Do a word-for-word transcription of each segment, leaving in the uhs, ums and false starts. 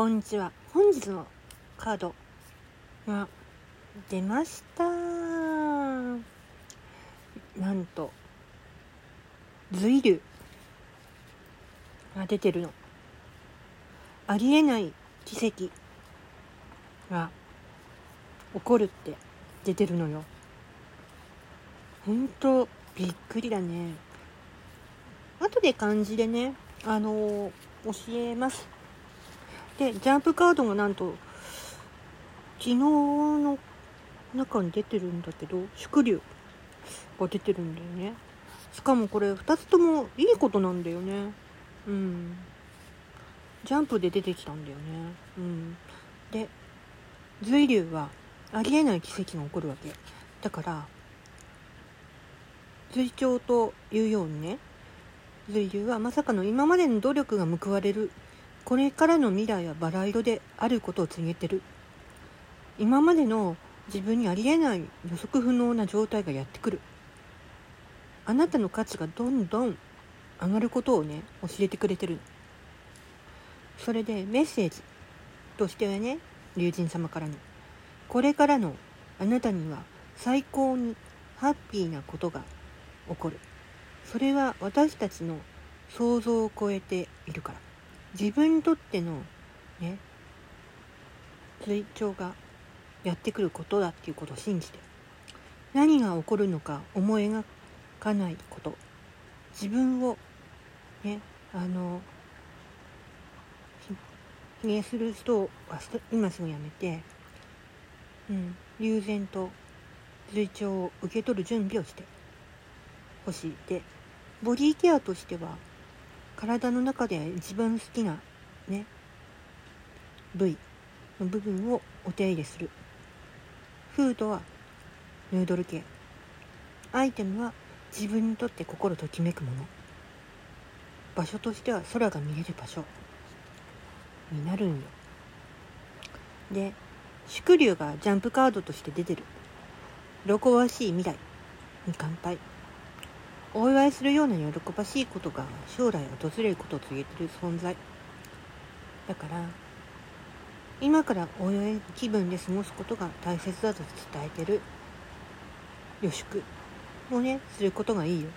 こんにちは。本日のカードが出ました。なんと随流が出てるの。ありえない奇跡が起こるって出てるのよ。ほんとびっくりだね。後で漢字でね、あのー、教えます。で、ジャンプカードがなんと昨日の中に出てるんだけど、縮流が出てるんだよね。しかもこれふたつともいいことなんだよね。うん。ジャンプで出てきたんだよね。うん。で、随流はありえない奇跡が起こるわけ。だから、随調というようにね、随流はまさかの今までの努力が報われる。これからの未来はバラ色であることを告げてる。今までの自分にありえない予測不能な状態がやってくる。あなたの価値がどんどん上がることをね、教えてくれてる。それでメッセージとしてはね、龍神様からのこれからのあなたには最高にハッピーなことが起こる。それは私たちの想像を超えているから。自分にとってのね、成長がやってくることだっていうことを信じて、何が起こるのか思い描かないこと、自分をね、あの卑下する人は今すぐやめて、うん、悠然と随調を受け取る準備をしてほしい。で、ボディケアとしては体の中で一番好きなね部位の部分をお手入れする。フードはヌードル系、アイテムは自分にとって心ときめくもの、場所としては空が見える場所になるんよ。で、縮流がジャンプカードとして出てる。喜ばしい未来に乾杯。お祝いするような喜ばしいことが将来訪れることを告げている存在だから、今からお祝い気分で過ごすことが大切だと伝えてる。予祝をねすることがいいよって。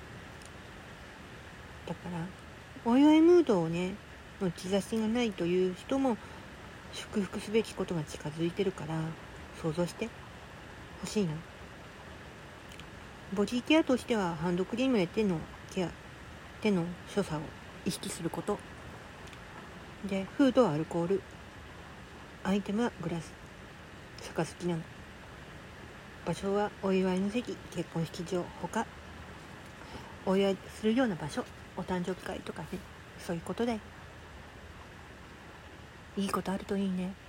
だからお祝いムードをねの兆しがないという人も祝福すべきことが近づいてるから想像してほしいな。ボディケアとしてはハンドクリームで手のケア、手の所作を意識することで、フードはアルコール、アイテムはグラス、杯なの。場所はお祝いの席、結婚式場ほかお祝いするような場所、お誕生日会とかね、そういうことでいいことあるといいね。